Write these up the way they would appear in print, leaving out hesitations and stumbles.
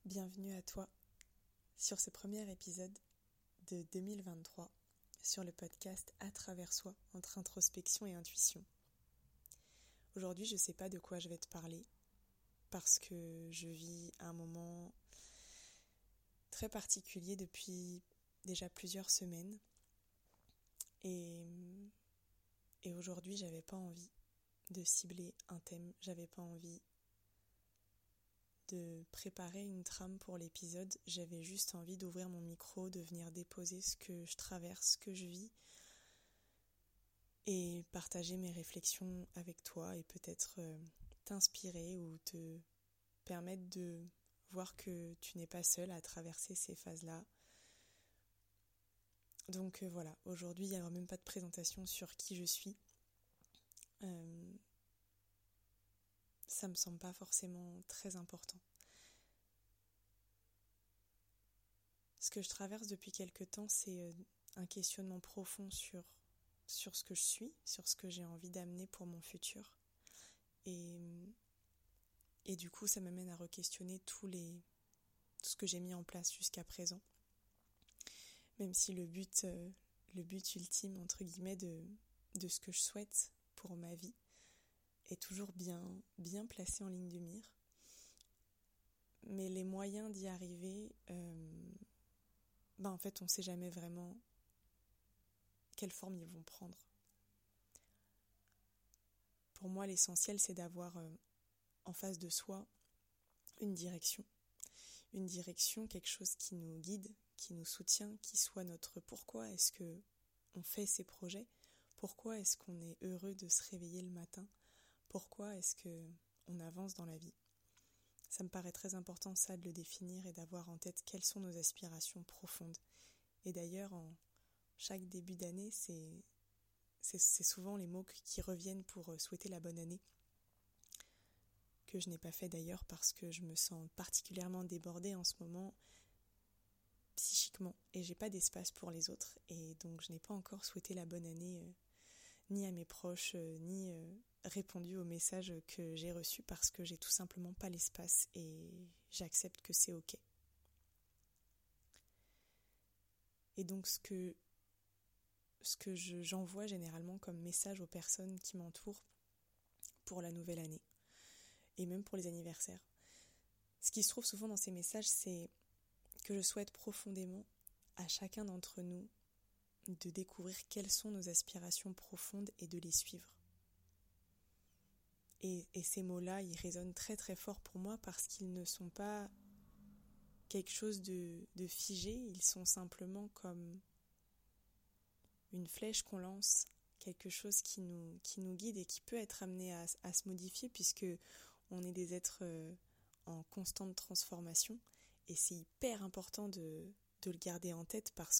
Bienvenue à toi sur ce premier épisode de 2023 sur le podcast À travers soi entre introspection et intuition. Aujourd'hui, je ne sais pas de quoi je vais te parler parce que je vis un moment très particulier depuis déjà plusieurs semaines et aujourd'hui, j'avais pas envie de cibler un thème, j'avais pas envie de préparer une trame pour l'épisode, j'avais juste envie d'ouvrir mon micro, de venir déposer ce que je traverse, ce que je vis et partager mes réflexions avec toi et peut-être t'inspirer ou te permettre de voir que tu n'es pas seule à traverser ces phases-là. Donc voilà, aujourd'hui il n'y a même pas de présentation sur qui je suis. Ça me semble pas forcément très important. Ce que je traverse depuis quelque temps, c'est un questionnement profond sur ce que je suis, sur ce que j'ai envie d'amener pour mon futur. Et du coup, ça m'amène à re-questionner tout ce que j'ai mis en place jusqu'à présent. Même si le but ultime, entre guillemets, de ce que je souhaite pour ma vie est toujours bien placé en ligne de mire. Mais les moyens d'y arriver, en fait, on ne sait jamais vraiment quelle forme ils vont prendre. Pour moi, l'essentiel, c'est d'avoir en face de soi une direction, quelque chose qui nous guide, qui nous soutient, qui soit notre pourquoi est-ce que on fait ces projets, pourquoi est-ce qu'on est heureux de se réveiller le matin, pourquoi est-ce que on avance dans la vie. Ça me paraît très important ça de le définir et d'avoir en tête quelles sont nos aspirations profondes. Et d'ailleurs, en chaque début d'année, c'est souvent les mots qui reviennent pour souhaiter la bonne année, que je n'ai pas fait d'ailleurs parce que je me sens particulièrement débordée en ce moment psychiquement et j'ai pas d'espace pour les autres et donc je n'ai pas encore souhaité la bonne année ni à mes proches ni répondu aux messages que j'ai reçus parce que j'ai tout simplement pas l'espace et j'accepte que c'est ok. Et donc ce que j'envoie généralement comme message aux personnes qui m'entourent pour la nouvelle année et même pour les anniversaires, ce qui se trouve souvent dans ces messages, c'est que je souhaite profondément à chacun d'entre nous de découvrir quelles sont nos aspirations profondes et de les suivre. Et ces mots-là, ils résonnent très très fort pour moi parce qu'ils ne sont pas quelque chose de figé, ils sont simplement comme une flèche qu'on lance, quelque chose qui nous guide et qui peut être amené à se modifier puisque on est des êtres en constante transformation et c'est hyper important de le garder en tête parce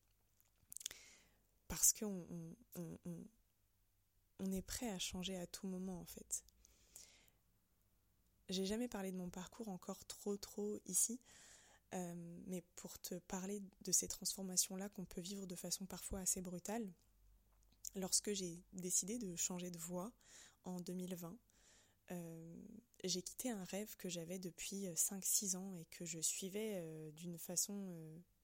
qu'on est prêt à changer à tout moment en fait. J'ai jamais parlé de mon parcours encore trop ici, mais pour te parler de ces transformations-là qu'on peut vivre de façon parfois assez brutale, lorsque j'ai décidé de changer de voie en 2020, j'ai quitté un rêve que j'avais depuis 5-6 ans et que je suivais d'une façon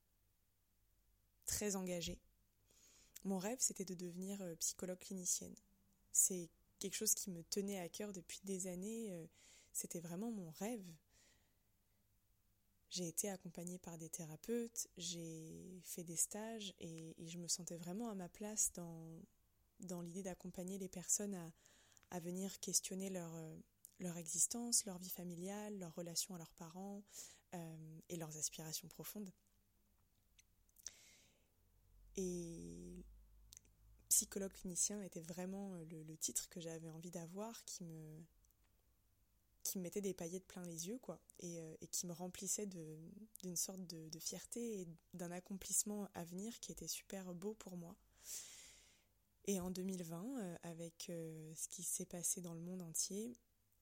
très engagée. Mon rêve, c'était de devenir psychologue clinicienne. C'est quelque chose qui me tenait à cœur depuis des années. C'était vraiment mon rêve. J'ai été accompagnée par des thérapeutes, j'ai fait des stages et je me sentais vraiment à ma place dans l'idée d'accompagner les personnes à venir questionner leur existence, leur vie familiale, leur relation à leurs parents et leurs aspirations profondes. Et psychologue clinicien était vraiment le titre que j'avais envie d'avoir, qui me mettait des paillettes plein les yeux, quoi, et qui me remplissait d'une sorte de fierté et d'un accomplissement à venir qui était super beau pour moi. Et en 2020, avec ce qui s'est passé dans le monde entier,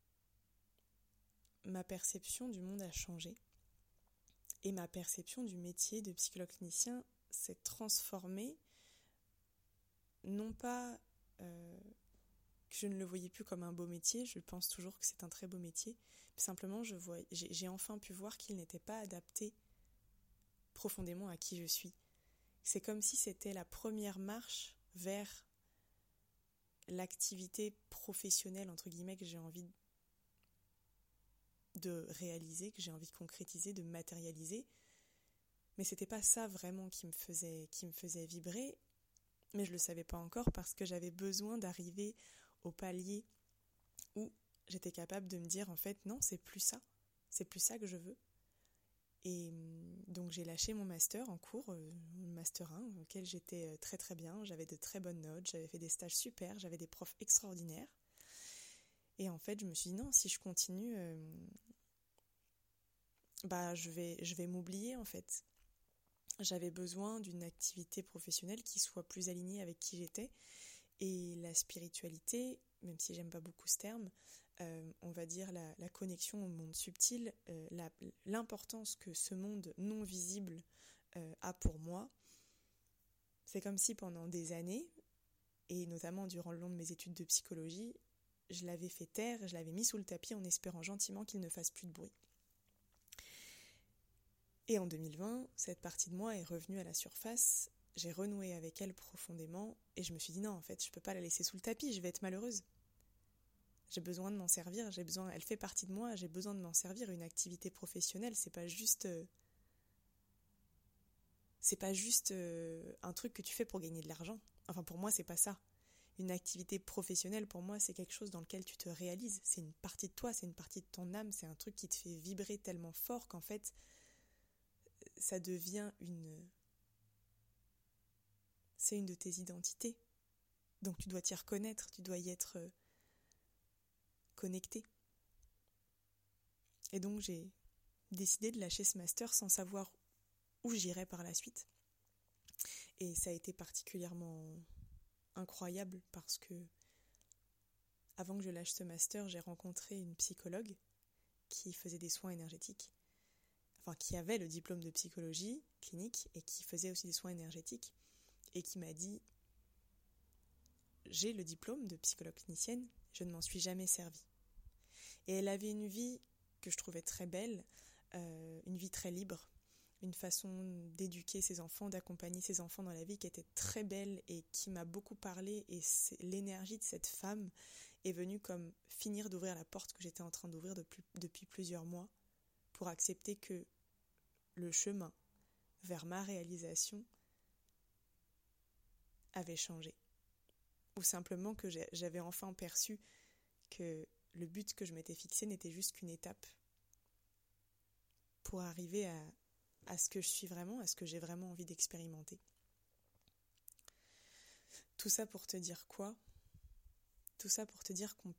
ma perception du monde a changé. Et ma perception du métier de psychologue clinicien s'est transformée, non pas que je ne le voyais plus comme un beau métier. Je pense toujours que c'est un très beau métier. Simplement, j'ai enfin pu voir qu'il n'était pas adapté profondément à qui je suis. C'est comme si c'était la première marche vers l'activité professionnelle, entre guillemets, que j'ai envie de réaliser, que j'ai envie de concrétiser, de matérialiser. Mais c'était pas ça vraiment qui me faisait vibrer. Mais je le savais pas encore parce que j'avais besoin d'arriver au palier où j'étais capable de me dire, en fait, non, c'est plus ça que je veux. Et donc j'ai lâché mon master en cours, master 1, auquel j'étais très très bien, j'avais de très bonnes notes, j'avais fait des stages super, j'avais des profs extraordinaires. Et en fait, je me suis dit, non, si je continue, je vais m'oublier en fait. J'avais besoin d'une activité professionnelle qui soit plus alignée avec qui j'étais. Et la spiritualité, même si j'aime pas beaucoup ce terme, on va dire la connexion au monde subtil, l'importance que ce monde non visible a pour moi, c'est comme si pendant des années, et notamment durant le long de mes études de psychologie, je l'avais fait taire, je l'avais mis sous le tapis en espérant gentiment qu'il ne fasse plus de bruit. Et en 2020, cette partie de moi est revenue à la surface, j'ai renoué avec elle profondément et je me suis dit non, en fait, je peux pas la laisser sous le tapis, je vais être malheureuse. J'ai besoin de m'en servir, elle fait partie de moi, j'ai besoin de m'en servir. Une activité professionnelle, c'est pas juste un truc que tu fais pour gagner de l'argent. Enfin, pour moi, c'est pas ça. Une activité professionnelle, pour moi, c'est quelque chose dans lequel tu te réalises. C'est une partie de toi, c'est une partie de ton âme, c'est un truc qui te fait vibrer tellement fort qu'en fait, ça devient c'est une de tes identités. Donc tu dois t'y reconnaître, tu dois y être connecté. Et donc j'ai décidé de lâcher ce master sans savoir où j'irais par la suite. Et ça a été particulièrement incroyable parce que avant que je lâche ce master, j'ai rencontré une psychologue qui faisait des soins énergétiques, enfin qui avait le diplôme de psychologie clinique et qui faisait aussi des soins énergétiques et qui m'a dit « J'ai le diplôme de psychologue clinicienne, je ne m'en suis jamais servie. » Et elle avait une vie que je trouvais très belle, une vie très libre, une façon d'éduquer ses enfants, d'accompagner ses enfants dans la vie qui était très belle et qui m'a beaucoup parlé. Et l'énergie de cette femme est venue comme finir d'ouvrir la porte que j'étais en train d'ouvrir depuis plusieurs mois pour accepter que le chemin vers ma réalisation avait changé. Ou simplement que j'avais enfin perçu que le but que je m'étais fixé n'était juste qu'une étape pour arriver à ce que je suis vraiment, à ce que j'ai vraiment envie d'expérimenter. Tout ça pour te dire quoi ? Tout ça pour te dire qu'on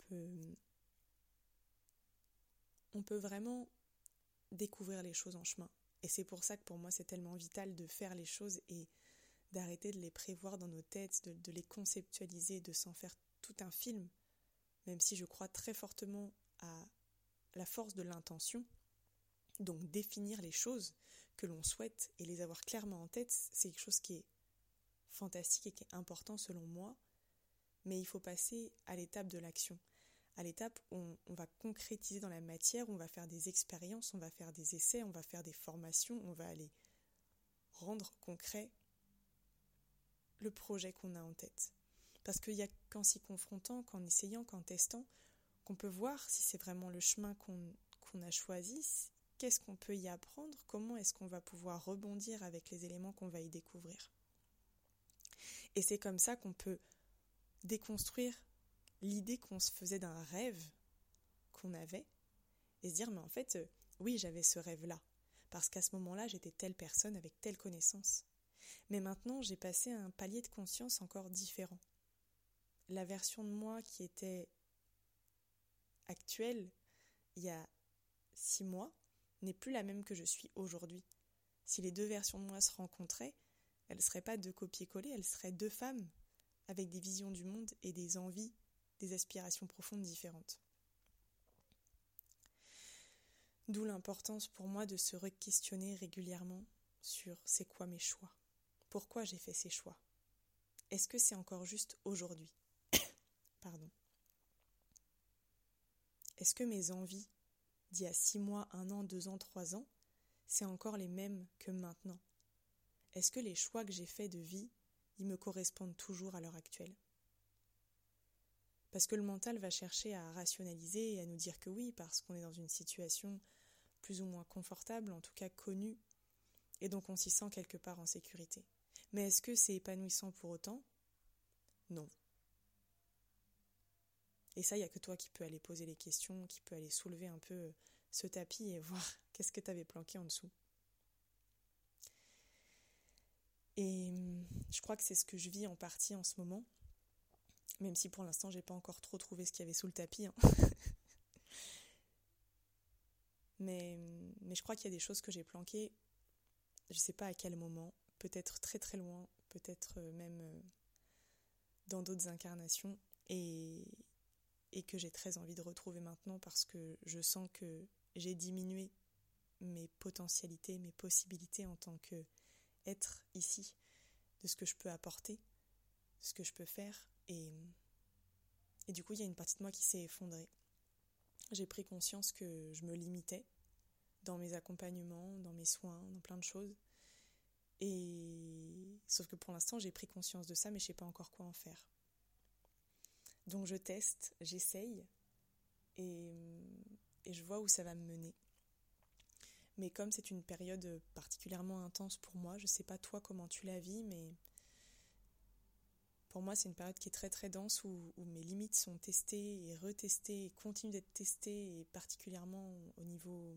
peut vraiment découvrir les choses en chemin. Et c'est pour ça que pour moi c'est tellement vital de faire les choses et d'arrêter de les prévoir dans nos têtes, de les conceptualiser, de s'en faire tout un film, même si je crois très fortement à la force de l'intention. Donc définir les choses que l'on souhaite et les avoir clairement en tête, c'est quelque chose qui est fantastique et qui est important selon moi, mais il faut passer à l'étape de l'action, à l'étape où on va concrétiser dans la matière, où on va faire des expériences, on va faire des essais, on va faire des formations, on va aller rendre concret le projet qu'on a en tête. Parce qu'il n'y a qu'en s'y confrontant, qu'en essayant, qu'en testant, qu'on peut voir si c'est vraiment le chemin qu'on a choisi, qu'est-ce qu'on peut y apprendre, comment est-ce qu'on va pouvoir rebondir avec les éléments qu'on va y découvrir. Et c'est comme ça qu'on peut déconstruire l'idée qu'on se faisait d'un rêve qu'on avait et se dire mais en fait, oui, j'avais ce rêve-là parce qu'à ce moment-là, j'étais telle personne avec telle connaissance. Mais maintenant, j'ai passé à un palier de conscience encore différent. La version de moi qui était actuelle il y a 6 mois n'est plus la même que je suis aujourd'hui. Si les deux versions de moi se rencontraient, elles ne seraient pas deux copier-coller, elles seraient deux femmes avec des visions du monde et des envies, des aspirations profondes différentes. D'où l'importance pour moi de se re-questionner régulièrement sur c'est quoi mes choix, pourquoi j'ai fait ces choix. Est-ce que c'est encore juste aujourd'hui ? Pardon. Est-ce que mes envies d'il y a 6 mois, 1 an, 2 ans, 3 ans, c'est encore les mêmes que maintenant? Est-ce que les choix que j'ai faits de vie, ils me correspondent toujours à l'heure actuelle? Parce que le mental va chercher à rationaliser et à nous dire que oui, parce qu'on est dans une situation plus ou moins confortable, en tout cas connue, et donc on s'y sent quelque part en sécurité. Mais est-ce que c'est épanouissant pour autant? Non. Et ça, il n'y a que toi qui peux aller poser les questions, qui peut aller soulever un peu ce tapis et voir qu'est-ce que tu avais planqué en dessous. Et je crois que c'est ce que je vis en partie en ce moment, même si pour l'instant, j'ai pas encore trop trouvé ce qu'il y avait sous le tapis. Mais je crois qu'il y a des choses que j'ai planquées, je sais pas à quel moment, peut-être très très loin, peut-être même dans d'autres incarnations, et que j'ai très envie de retrouver maintenant parce que je sens que j'ai diminué mes potentialités, mes possibilités en tant qu'être ici, de ce que je peux apporter, de ce que je peux faire, et du coup il y a une partie de moi qui s'est effondrée. J'ai pris conscience que je me limitais dans mes accompagnements, dans mes soins, dans plein de choses, et sauf que pour l'instant j'ai pris conscience de ça, mais je sais pas encore quoi en faire. Donc je teste, j'essaye, et je vois où ça va me mener. Mais comme c'est une période particulièrement intense pour moi, je sais pas toi comment tu la vis, mais pour moi c'est une période qui est très très dense où mes limites sont testées et retestées et continuent d'être testées, et particulièrement au niveau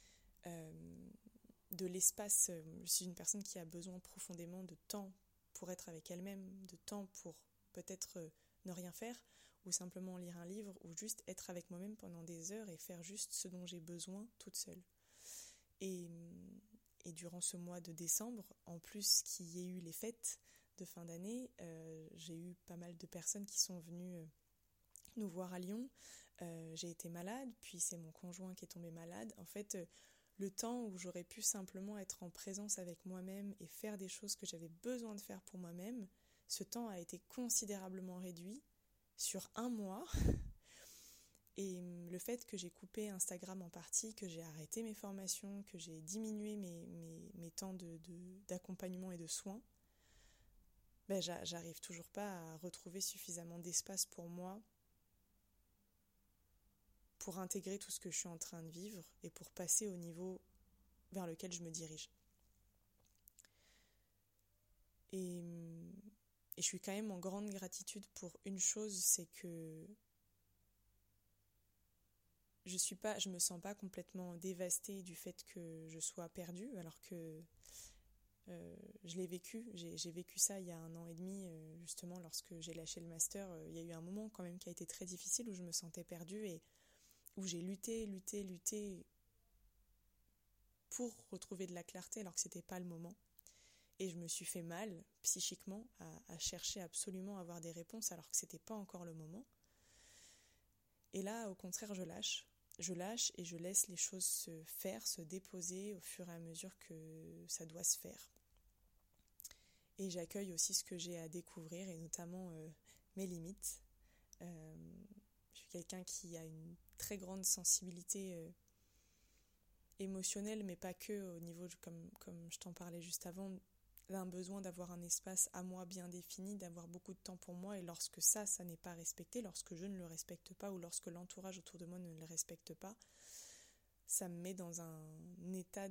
de l'espace. Je suis une personne qui a besoin profondément de temps pour être avec elle-même, de temps pour peut-être ne rien faire, ou simplement lire un livre, ou juste être avec moi-même pendant des heures et faire juste ce dont j'ai besoin toute seule. Et durant ce mois de décembre, en plus qu'il y ait eu les fêtes de fin d'année, j'ai eu pas mal de personnes qui sont venues nous voir à Lyon. J'ai été malade, puis c'est mon conjoint qui est tombé malade. En fait, le temps où j'aurais pu simplement être en présence avec moi-même et faire des choses que j'avais besoin de faire pour moi-même, ce temps a été considérablement réduit sur 1 mois. Et le fait que j'ai coupé Instagram en partie, que j'ai arrêté mes formations, que j'ai diminué mes temps d'accompagnement et de soins, ben j'arrive toujours pas à retrouver suffisamment d'espace pour moi, pour intégrer tout ce que je suis en train de vivre et pour passer au niveau vers lequel je me dirige. Et je suis quand même en grande gratitude pour une chose, c'est que je me sens pas complètement dévastée du fait que je sois perdue, alors que je l'ai vécu. J'ai vécu ça il y a 1 an et demi, justement, lorsque j'ai lâché le master. Il y a eu un moment quand même qui a été très difficile où je me sentais perdue et où j'ai lutté pour retrouver de la clarté alors que c'était pas le moment. Et je me suis fait mal psychiquement à chercher absolument à avoir des réponses alors que c'était pas encore le moment. Et là, au contraire, je lâche et je laisse les choses se faire, se déposer au fur et à mesure que ça doit se faire. Et j'accueille aussi ce que j'ai à découvrir, et notamment mes limites. Je suis quelqu'un qui a une très grande sensibilité émotionnelle, mais pas que, au niveau, comme je t'en parlais juste avant, d'un besoin d'avoir un espace à moi bien défini, d'avoir beaucoup de temps pour moi, et lorsque ça n'est pas respecté, lorsque je ne le respecte pas, ou lorsque l'entourage autour de moi ne le respecte pas, ça me met dans un état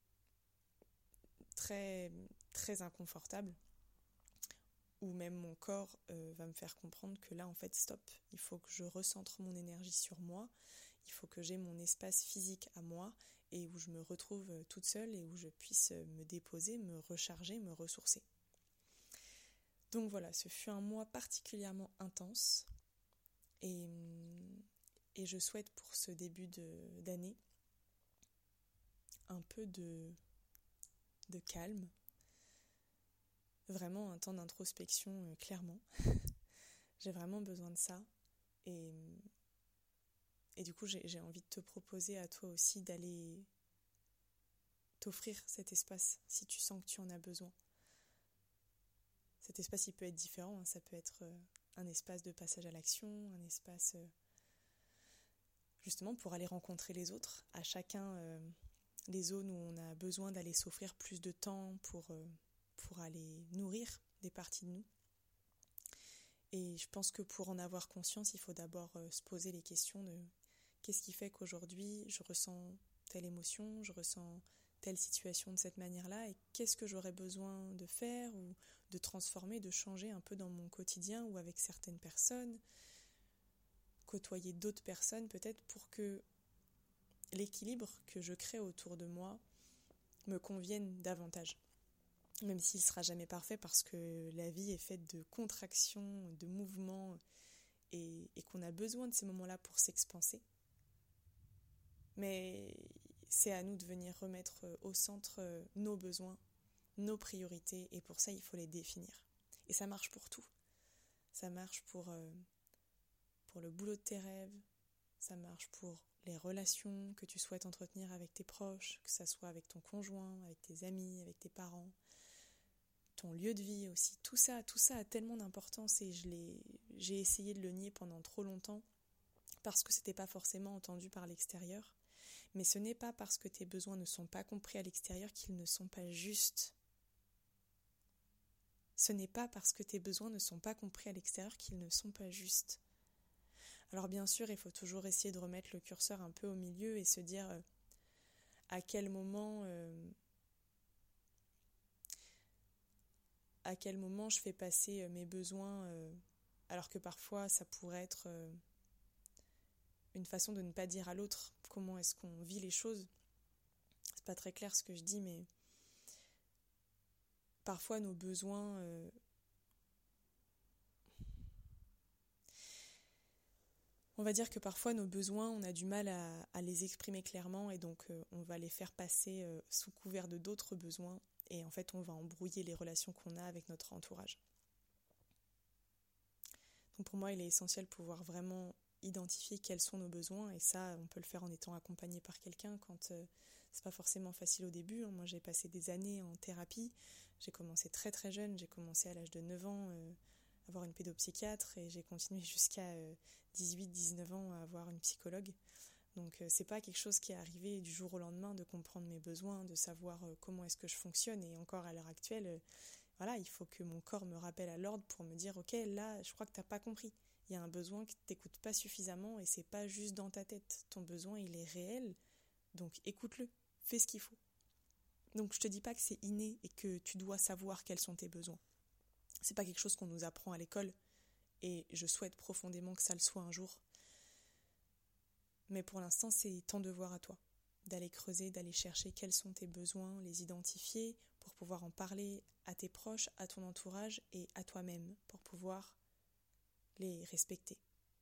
très, très inconfortable, où même mon corps va me faire comprendre que là, en fait, stop, il faut que je recentre mon énergie sur moi, il faut que j'ai mon espace physique à moi, et où je me retrouve toute seule et où je puisse me déposer, me recharger, me ressourcer. Donc voilà, ce fut un mois particulièrement intense, et je souhaite pour ce début d'année un peu de calme, vraiment un temps d'introspection, clairement. J'ai vraiment besoin de ça, et du coup j'ai envie de te proposer à toi aussi d'aller t'offrir cet espace si tu sens que tu en as besoin. Cet espace, il peut être différent, hein. Ça peut être un espace de passage à l'action, un espace, justement pour aller rencontrer les autres, à chacun les zones où on a besoin d'aller s'offrir plus de temps pour aller nourrir des parties de nous. Et je pense que pour en avoir conscience, il faut d'abord se poser les questions de qu'est-ce qui fait qu'aujourd'hui je ressens telle émotion, je ressens telle situation de cette manière-là, et qu'est-ce que j'aurais besoin de faire ou de transformer, de changer un peu dans mon quotidien ou avec certaines personnes, côtoyer d'autres personnes peut-être pour que l'équilibre que je crée autour de moi me convienne davantage. Même s'il ne sera jamais parfait parce que la vie est faite de contractions, de mouvements et qu'on a besoin de ces moments-là pour s'expanser. Mais c'est à nous de venir remettre au centre nos besoins, nos priorités, et pour ça il faut les définir. Et ça marche pour tout. Ça marche pour le boulot de tes rêves, ça marche pour les relations que tu souhaites entretenir avec tes proches, que ça soit avec ton conjoint, avec tes amis, avec tes parents, ton lieu de vie aussi. Tout ça a tellement d'importance et j'ai essayé de le nier pendant trop longtemps parce que c'était pas forcément entendu par l'extérieur. Mais ce n'est pas parce que tes besoins ne sont pas compris à l'extérieur qu'ils ne sont pas justes. Ce n'est pas parce que tes besoins ne sont pas compris à l'extérieur qu'ils ne sont pas justes. Alors bien sûr, il faut toujours essayer de remettre le curseur un peu au milieu et se dire à quel moment je fais passer mes besoins alors que parfois ça pourrait être une façon de ne pas dire à l'autre comment est-ce qu'on vit les choses. C'est pas très clair ce que je dis, mais parfois nos besoins on va dire que parfois nos besoins, on a du mal à les exprimer clairement et donc on va les faire passer sous couvert de d'autres besoins et en fait on va embrouiller les relations qu'on a avec notre entourage. Donc pour moi il est essentiel de pouvoir vraiment identifier quels sont nos besoins et ça on peut le faire en étant accompagné par quelqu'un quand c'est pas forcément facile au début. Moi j'ai passé des années en thérapie, j'ai commencé très très jeune, j'ai commencé à l'âge de 9 ans avoir une pédopsychiatre et j'ai continué jusqu'à 18-19 ans à avoir une psychologue. Donc c'est pas quelque chose qui est arrivé du jour au lendemain de comprendre mes besoins, de savoir comment est-ce que je fonctionne et encore à l'heure actuelle, voilà, il faut que mon corps me rappelle à l'ordre pour me dire ok là je crois que t'as pas compris. Il y a un besoin que t'écoutes pas suffisamment et c'est pas juste dans ta tête. Ton besoin il est réel, donc écoute-le, fais ce qu'il faut. Donc je te dis pas que c'est inné et que tu dois savoir quels sont tes besoins. C'est pas quelque chose qu'on nous apprend à l'école et je souhaite profondément que ça le soit un jour. Mais pour l'instant, c'est ton devoir à toi d'aller creuser, d'aller chercher quels sont tes besoins, les identifier pour pouvoir en parler à tes proches, à ton entourage et à toi-même pour pouvoir les respecter.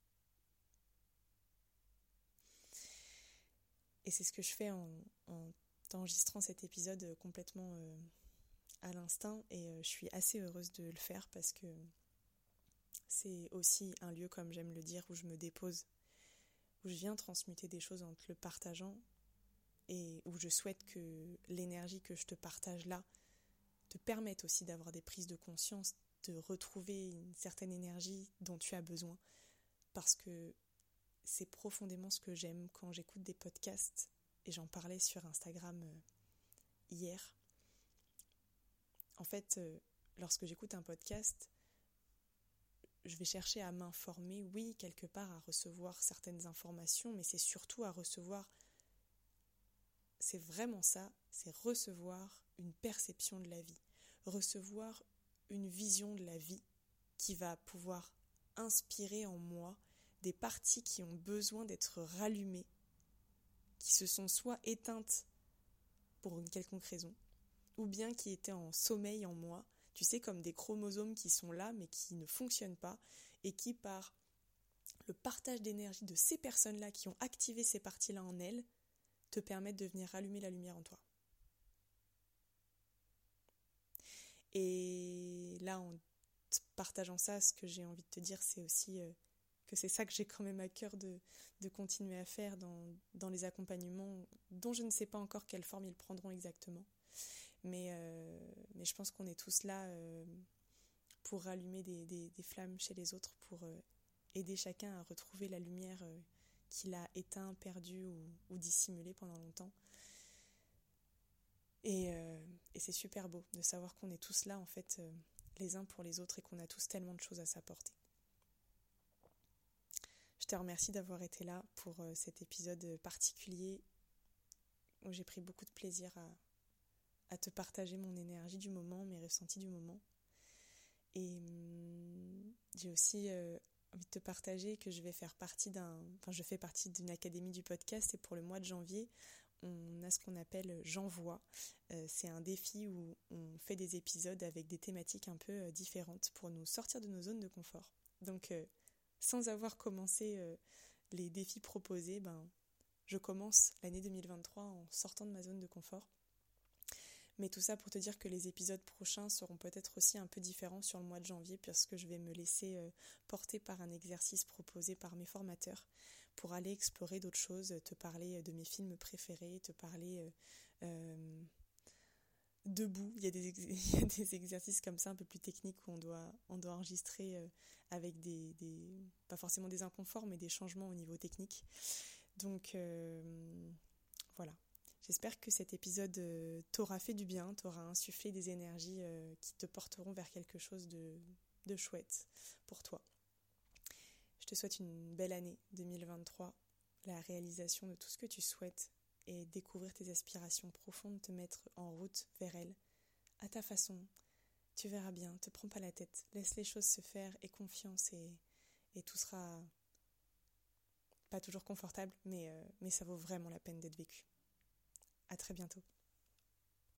Et c'est ce que je fais en enregistrant cet épisode complètement à l'instinct et je suis assez heureuse de le faire parce que c'est aussi un lieu, comme j'aime le dire, où je me dépose, où je viens transmuter des choses en te le partageant et où je souhaite que l'énergie que je te partage là te permette aussi d'avoir des prises de conscience, de retrouver une certaine énergie dont tu as besoin parce que c'est profondément ce que j'aime quand j'écoute des podcasts et j'en parlais sur Instagram hier. En fait, lorsque j'écoute un podcast, je vais chercher à m'informer, oui, quelque part à recevoir certaines informations, mais c'est surtout à recevoir, c'est vraiment ça, c'est recevoir une perception de la vie, recevoir une vision de la vie qui va pouvoir inspirer en moi des parties qui ont besoin d'être rallumées, qui se sont soit éteintes pour une quelconque raison, ou bien qui étaient en sommeil en moi, tu sais, comme des chromosomes qui sont là mais qui ne fonctionnent pas et qui, par le partage d'énergie de ces personnes-là qui ont activé ces parties-là en elles, te permettent de venir rallumer la lumière en toi. Et là, en partageant ça, ce que j'ai envie de te dire, c'est aussi que c'est ça que j'ai quand même à cœur de continuer à faire dans les accompagnements dont je ne sais pas encore quelle forme ils prendront exactement. Mais je pense qu'on est tous là pour rallumer des flammes chez les autres, pour aider chacun à retrouver la lumière qu'il a éteint, perdu ou dissimulé pendant longtemps. Et c'est super beau de savoir qu'on est tous là en fait les uns pour les autres et qu'on a tous tellement de choses à s'apporter. Je te remercie d'avoir été là pour cet épisode particulier où j'ai pris beaucoup de plaisir à te partager mon énergie du moment, mes ressentis du moment. Et j'ai aussi envie de te partager que je fais partie d'une académie du podcast et pour le mois de janvier, on a ce qu'on appelle J'envoie. C'est un défi où on fait des épisodes avec des thématiques un peu différentes pour nous sortir de nos zones de confort. Donc, sans avoir commencé les défis proposés, je commence l'année 2023 en sortant de ma zone de confort. Mais tout ça pour te dire que les épisodes prochains seront peut-être aussi un peu différents sur le mois de janvier puisque je vais me laisser porter par un exercice proposé par mes formateurs pour aller explorer d'autres choses, te parler de mes films préférés, te parler debout. Il y a des exercices comme ça un peu plus techniques où on doit enregistrer avec pas forcément des inconforts mais des changements au niveau technique. Donc voilà. J'espère que cet épisode t'aura fait du bien, t'aura insufflé des énergies qui te porteront vers quelque chose de chouette pour toi. Je te souhaite une belle année 2023, la réalisation de tout ce que tu souhaites et découvrir tes aspirations profondes, te mettre en route vers elles, à ta façon. Tu verras bien, te prends pas la tête, laisse les choses se faire, aie confiance et tout sera pas toujours confortable, mais ça vaut vraiment la peine d'être vécu. À très bientôt.